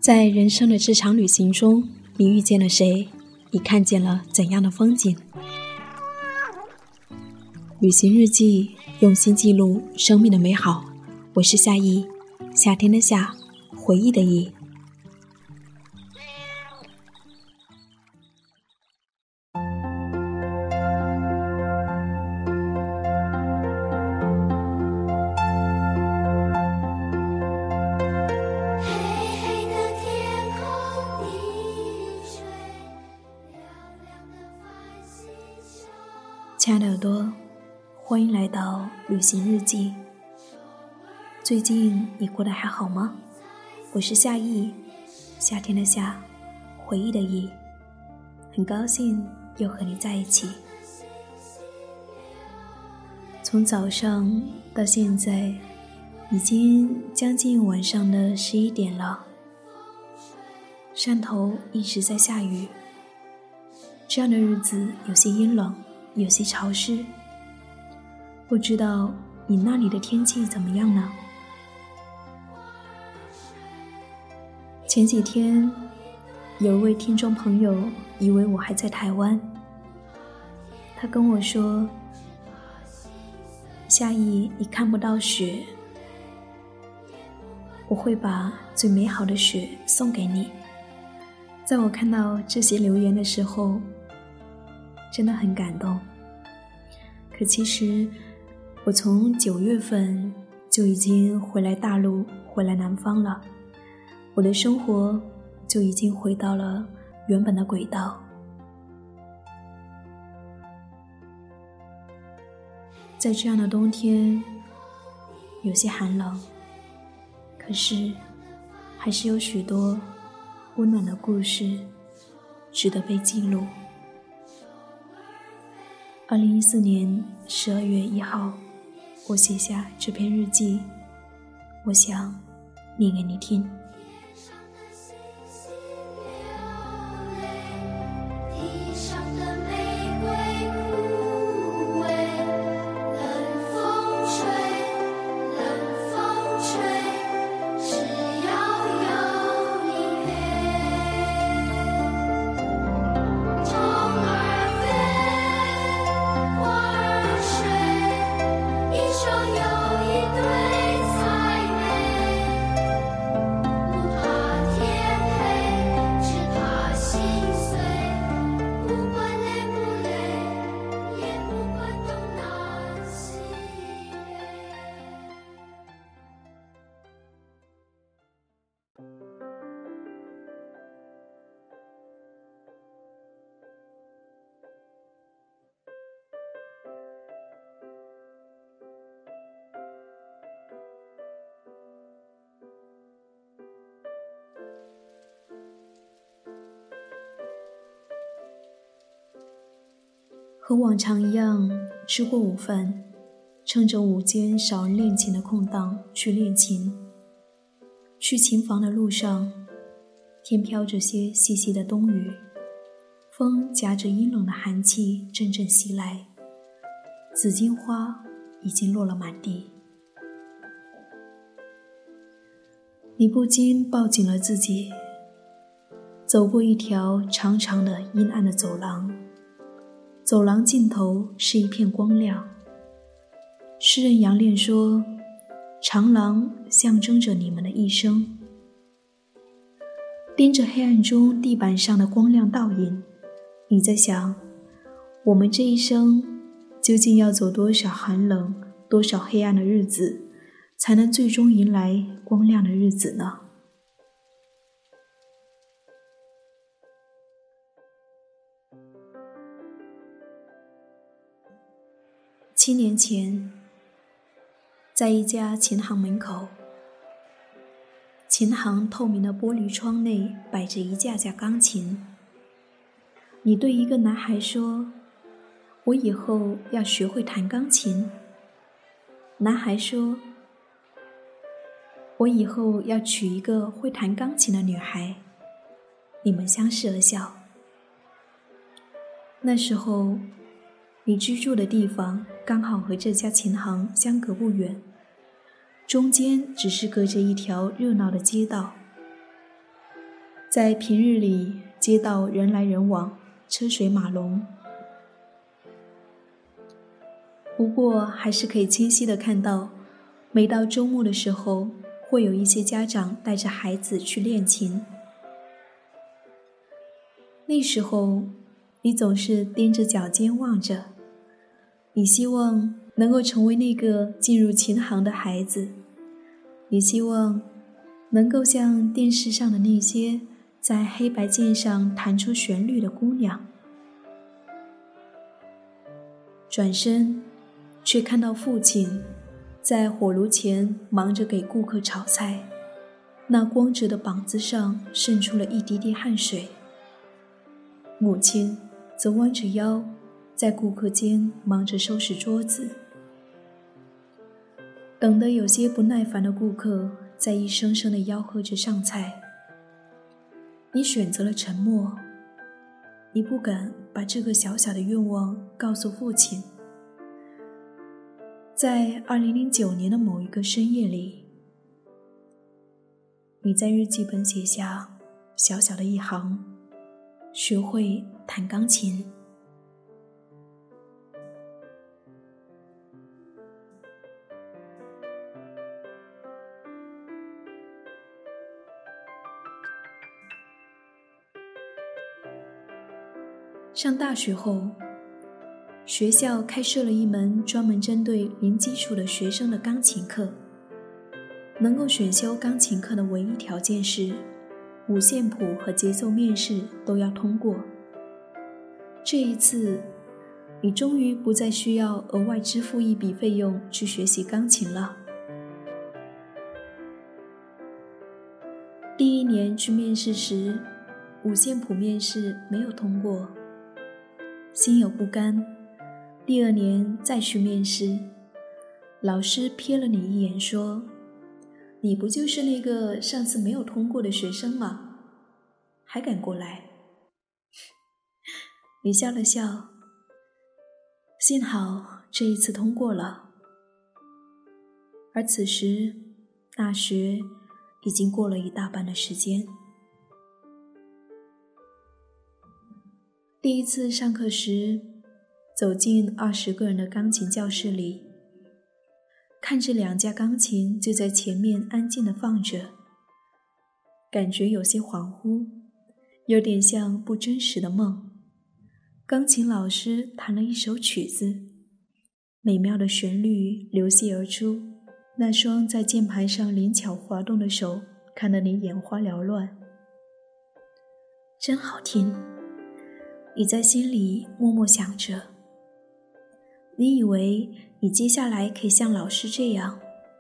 在人生的这场旅行中，你遇见了谁？你看见了怎样的风景？旅行日记，用心记录生命的美好。我是夏意，夏天的夏，回忆的忆。亲爱的耳朵，欢迎来到旅行日记。最近你过得还好吗？我是夏意，夏天的夏，回忆的忆。很高兴又和你在一起。从早上到现在，已经将近晚上的11点了。汕头一直在下雨，这样的日子有些阴冷，有些潮湿。不知道你那里的天气怎么样呢？前几天有一位听众朋友以为我还在台湾，他跟我说，夏意你看不到雪，我会把最美好的雪送给你。在我看到这些留言的时候，真的很感动。可其实我从9月份就已经回来大陆，回来南方了，我的生活就已经回到了原本的轨道。在这样的冬天，有些寒冷，可是还是有许多温暖的故事值得被记录。2014年12月1号，我写下这篇日记，我想念给你听。和往常一样，吃过午饭，趁着午间少人练琴的空档去练琴。去琴房的路上，天飘着些细细的冬雨，风夹着阴冷的寒气阵阵袭来，紫荆花已经落了满地。你不禁抱紧了自己，走过一条长长的阴暗的走廊，走廊尽头是一片光亮。诗人杨炼说，长廊象征着你们的一生。盯着黑暗中地板上的光亮倒影，你在想，我们这一生究竟要走多少寒冷，多少黑暗的日子，才能最终迎来光亮的日子呢？7年前，在一家琴行门口，琴行透明的玻璃窗内摆着一架架钢琴。你对一个男孩说，我以后要学会弹钢琴。男孩说，我以后要娶一个会弹钢琴的女孩。你们相视而笑。那时候你居住的地方刚好和这家琴行相隔不远，中间只是隔着一条热闹的街道。 在平日里，街道人来人往，车水马龙。不过还是可以清晰地看到，每到周末的时候，会有一些家长带着孩子去练琴。那时候，你总是踮着脚尖望着，你希望能够成为那个进入琴行的孩子，你希望能够像电视上的那些在黑白键上弹出旋律的姑娘。转身却看到父亲在火炉前忙着给顾客炒菜，那光泽的膀子上渗出了一滴滴汗水。母亲则弯着腰在顾客间忙着收拾桌子，等得有些不耐烦的顾客在一声声地吆喝着上菜。你选择了沉默，你不敢把这个小小的愿望告诉父亲。在2009年的某一个深夜里，你在日记本写下小小的一行：学会弹钢琴。上大学后，学校开设了一门专门针对零基础的学生的钢琴课。能够选修钢琴课的唯一条件是，五线谱和节奏面试都要通过。这一次，你终于不再需要额外支付一笔费用去学习钢琴了。第一年去面试时，五线谱面试没有通过，心有不甘。第二年再去面试，老师瞥了你一眼说：“你不就是那个上次没有通过的学生吗？还敢过来？”你笑了笑，幸好这一次通过了。而此时，大学已经过了一大半的时间。第一次上课时，走进20个人的钢琴教室里，看着2架钢琴就在前面安静地放着，感觉有些恍惚，有点像不真实的梦。钢琴老师弹了一首曲子，美妙的旋律流泻而出，那双在键盘上灵巧滑动的手看得你眼花缭乱。真好听，你在心里默默想着。你以为你接下来可以像老师这样。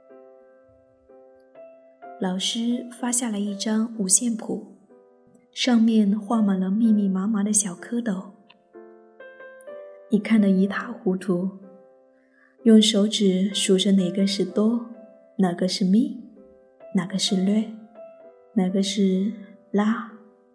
老师发下了一张五线谱，上面画满了密密麻麻的小蝌蚪。你看得一塌糊涂，用手指数着哪个是哆，哪个是咪，哪个是略，哪个是拉。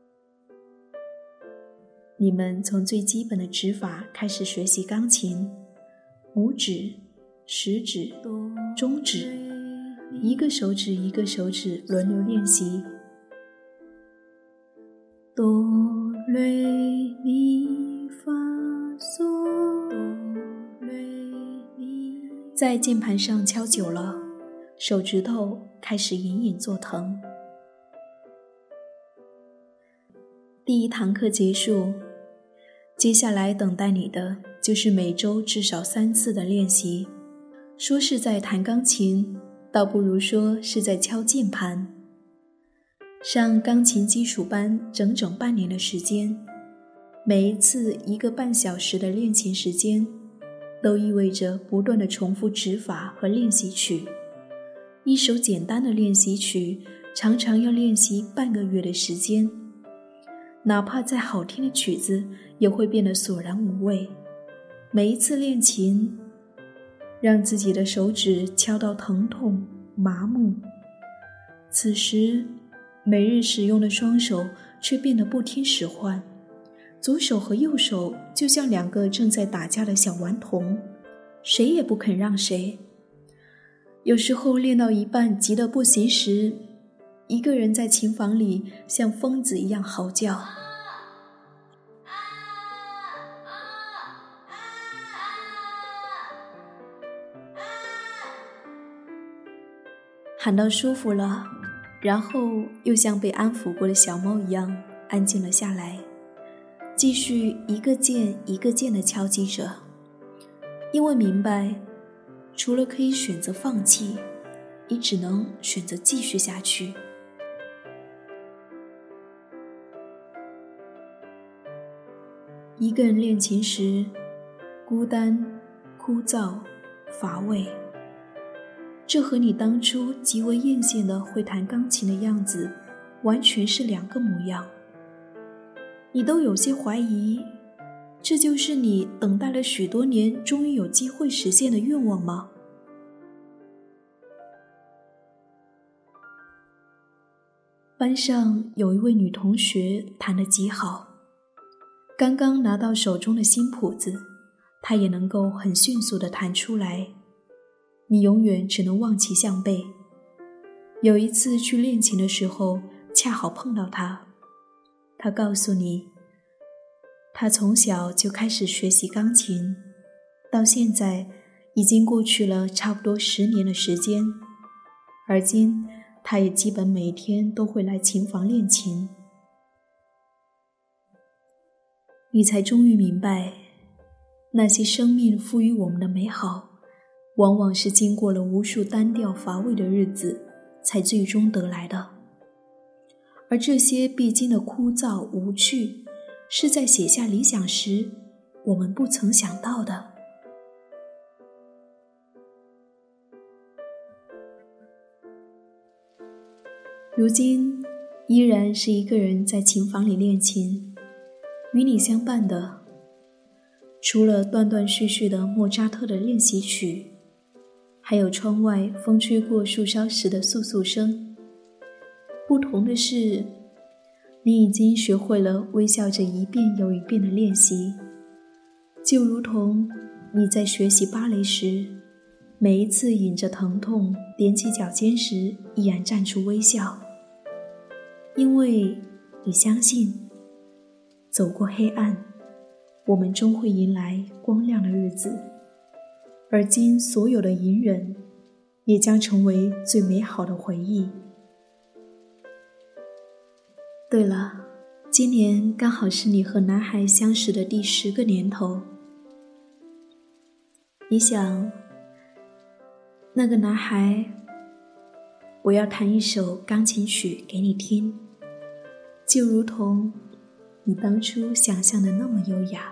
你们从最基本的指法开始学习钢琴，拇指、食指、中指，一个手指一个手指轮流练习。哆、来、咪、发、嗦，哆、来、咪。在键盘上敲久了，手指头开始隐隐作疼。第一堂课结束，接下来等待你的就是每周至少3次的练习。说是在弹钢琴，倒不如说是在敲键盘。上钢琴基础班整整半年的时间，每一次1个半小时的练琴时间，都意味着不断的重复指法和练习曲。一首简单的练习曲常常要练习半个月的时间，哪怕再好听的曲子也会变得索然无味。每一次练琴，让自己的手指敲到疼痛麻木，此时每日使用的双手却变得不听使唤，左手和右手就像2个正在打架的小顽童，谁也不肯让谁。有时候练到一半急得不行时， 一个人在琴房里像疯子一样嚎叫。喊到舒服了，然后又像被安抚过的小猫一样安静了下来，继续一个键一个键地敲击着，因为明白除了可以选择放弃，也只能选择继续下去。一个人练琴时，孤单、枯燥、乏味，这和你当初极为艳羡的会弹钢琴的样子完全是两个模样。你都有些怀疑，这就是你等待了许多年终于有机会实现的愿望吗？班上有一位女同学弹得极好，刚刚拿到手中的新谱子，她也能够很迅速地弹出来，你永远只能望其项背。有一次去练琴的时候，恰好碰到她，她告诉你，她从小就开始学习钢琴，到现在已经过去了差不多10年的时间，而今她也基本每天都会来琴房练琴。你才终于明白，那些生命赋予我们的美好，往往是经过了无数单调乏味的日子才最终得来的，而这些必经的枯燥无趣，是在写下理想时我们不曾想到的。如今依然是一个人在琴房里练琴，与你相伴的除了断断续续的莫扎特的练习曲，还有窗外风吹过树梢时的簌簌声。不同的是，你已经学会了微笑着一遍又一遍的练习，就如同你在学习芭蕾时，每一次引着疼痛踮起脚尖时依然绽出微笑，因为你相信走过黑暗，我们终会迎来光亮的日子，而今所有的隐忍也将成为最美好的回忆。对了，今年刚好是你和男孩相识的第10个年头。你想，那个男孩，我要弹一首钢琴曲给你听，就如同你当初想象的那么优雅。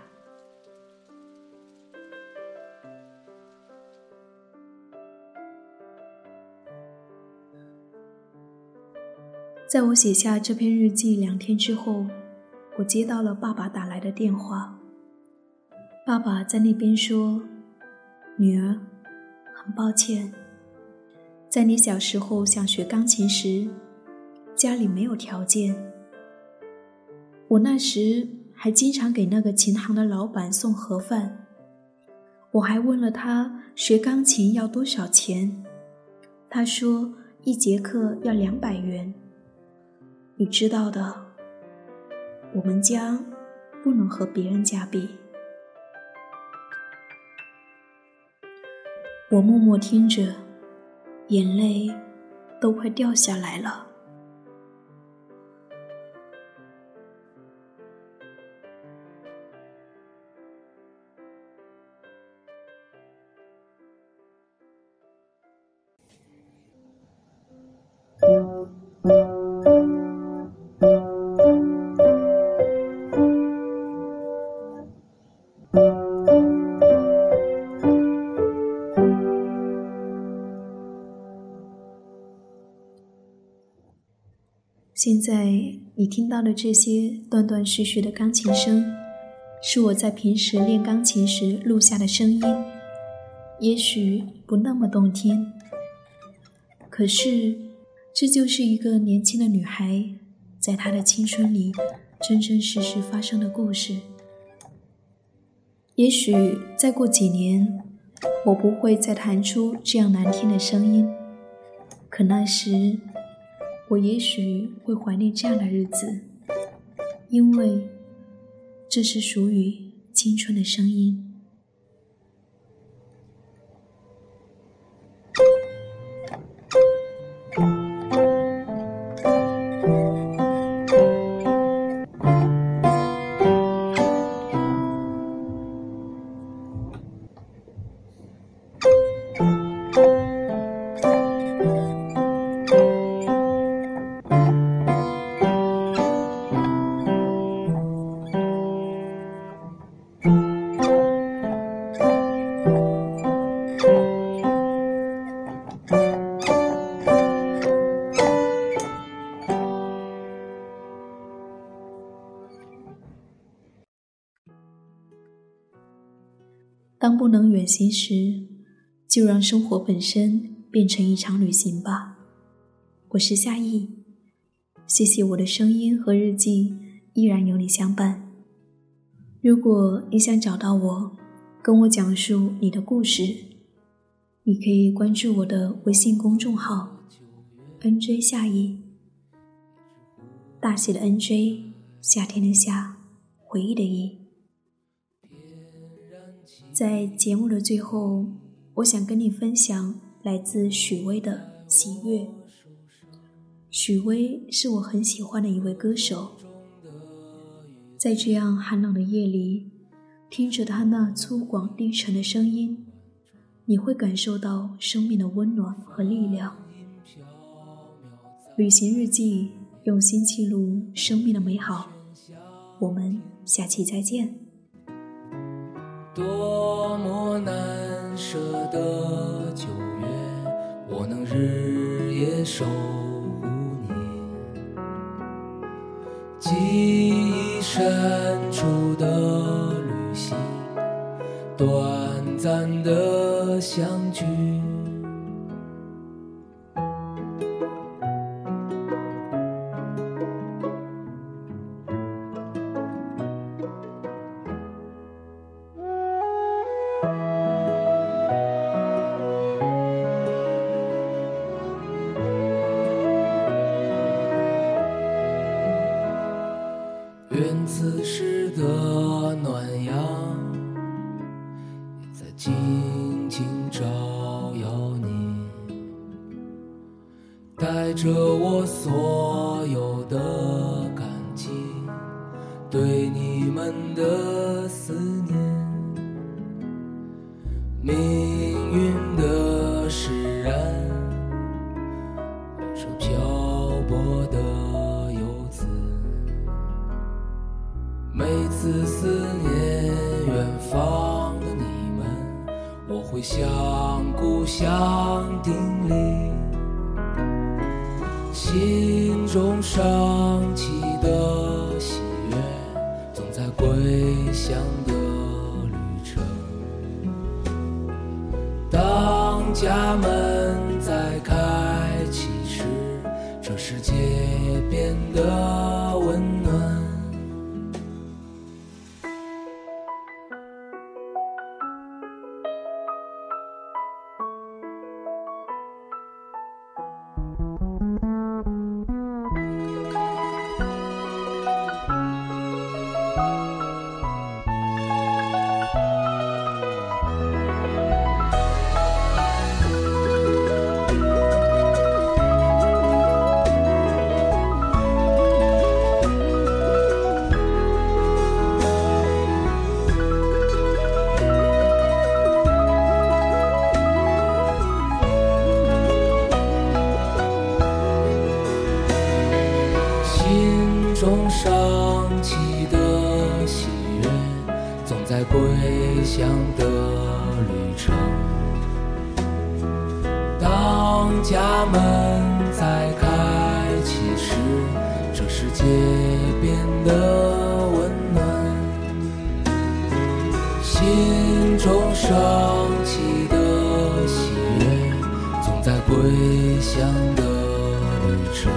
在我写下这篇日记2天之后，我接到了爸爸打来的电话。爸爸在那边说，女儿，很抱歉，在你小时候想学钢琴时，家里没有条件。我那时还经常给那个琴行的老板送盒饭，我还问了他学钢琴要多少钱，他说1节课要200元。你知道的，我们家不能和别人家比。我默默听着，眼泪都快掉下来了。现在你听到的这些断断续续的钢琴声，是我在平时练钢琴时录下的声音，也许不那么动听，可是这就是一个年轻的女孩在她的青春里真真实实发生的故事。也许再过几年，我不会再弹出这样难听的声音，可那时我也许会怀念这样的日子，因为这是属于青春的声音。当不能远行时，就让生活本身变成一场旅行吧。我是夏意，谢谢我的声音和日记依然有你相伴。如果你想找到我，跟我讲述你的故事，你可以关注我的微信公众号 NJ 夏意，大写的 NJ， 夏天的夏，回忆的忆。在节目的最后，我想跟你分享来自许巍的喜悦。许巍是我很喜欢的一位歌手，在这样寒冷的夜里，听着他那粗犷低沉的声音，你会感受到生命的温暖和力量。旅行日记，用心记录生命的美好。我们下期再见。 多么难舍的9月，我能日夜守护你。记忆深处的旅行，短暂的相聚。愿此时的暖阳也在静静照耀你，带着我所有的感激，对你们的思念。命运的使然，我这漂泊的游子，每次思念远方的你们，我会向故乡叮咛，心中升起的喜悦，总在归乡的旅程。当家门在开启时，这世界变得温暖。中升起的喜悦，总在归乡的旅程。当家门在开启时，这世界变得温暖。心中升起的喜悦，总在归乡的旅程。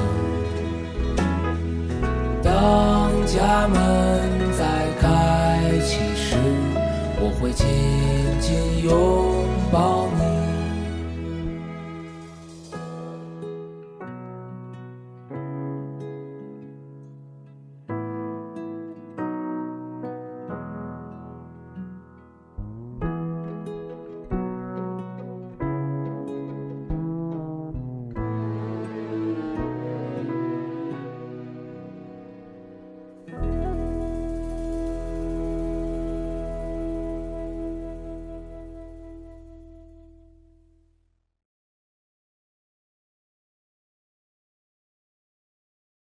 当家门在开启时，我会紧紧拥抱你。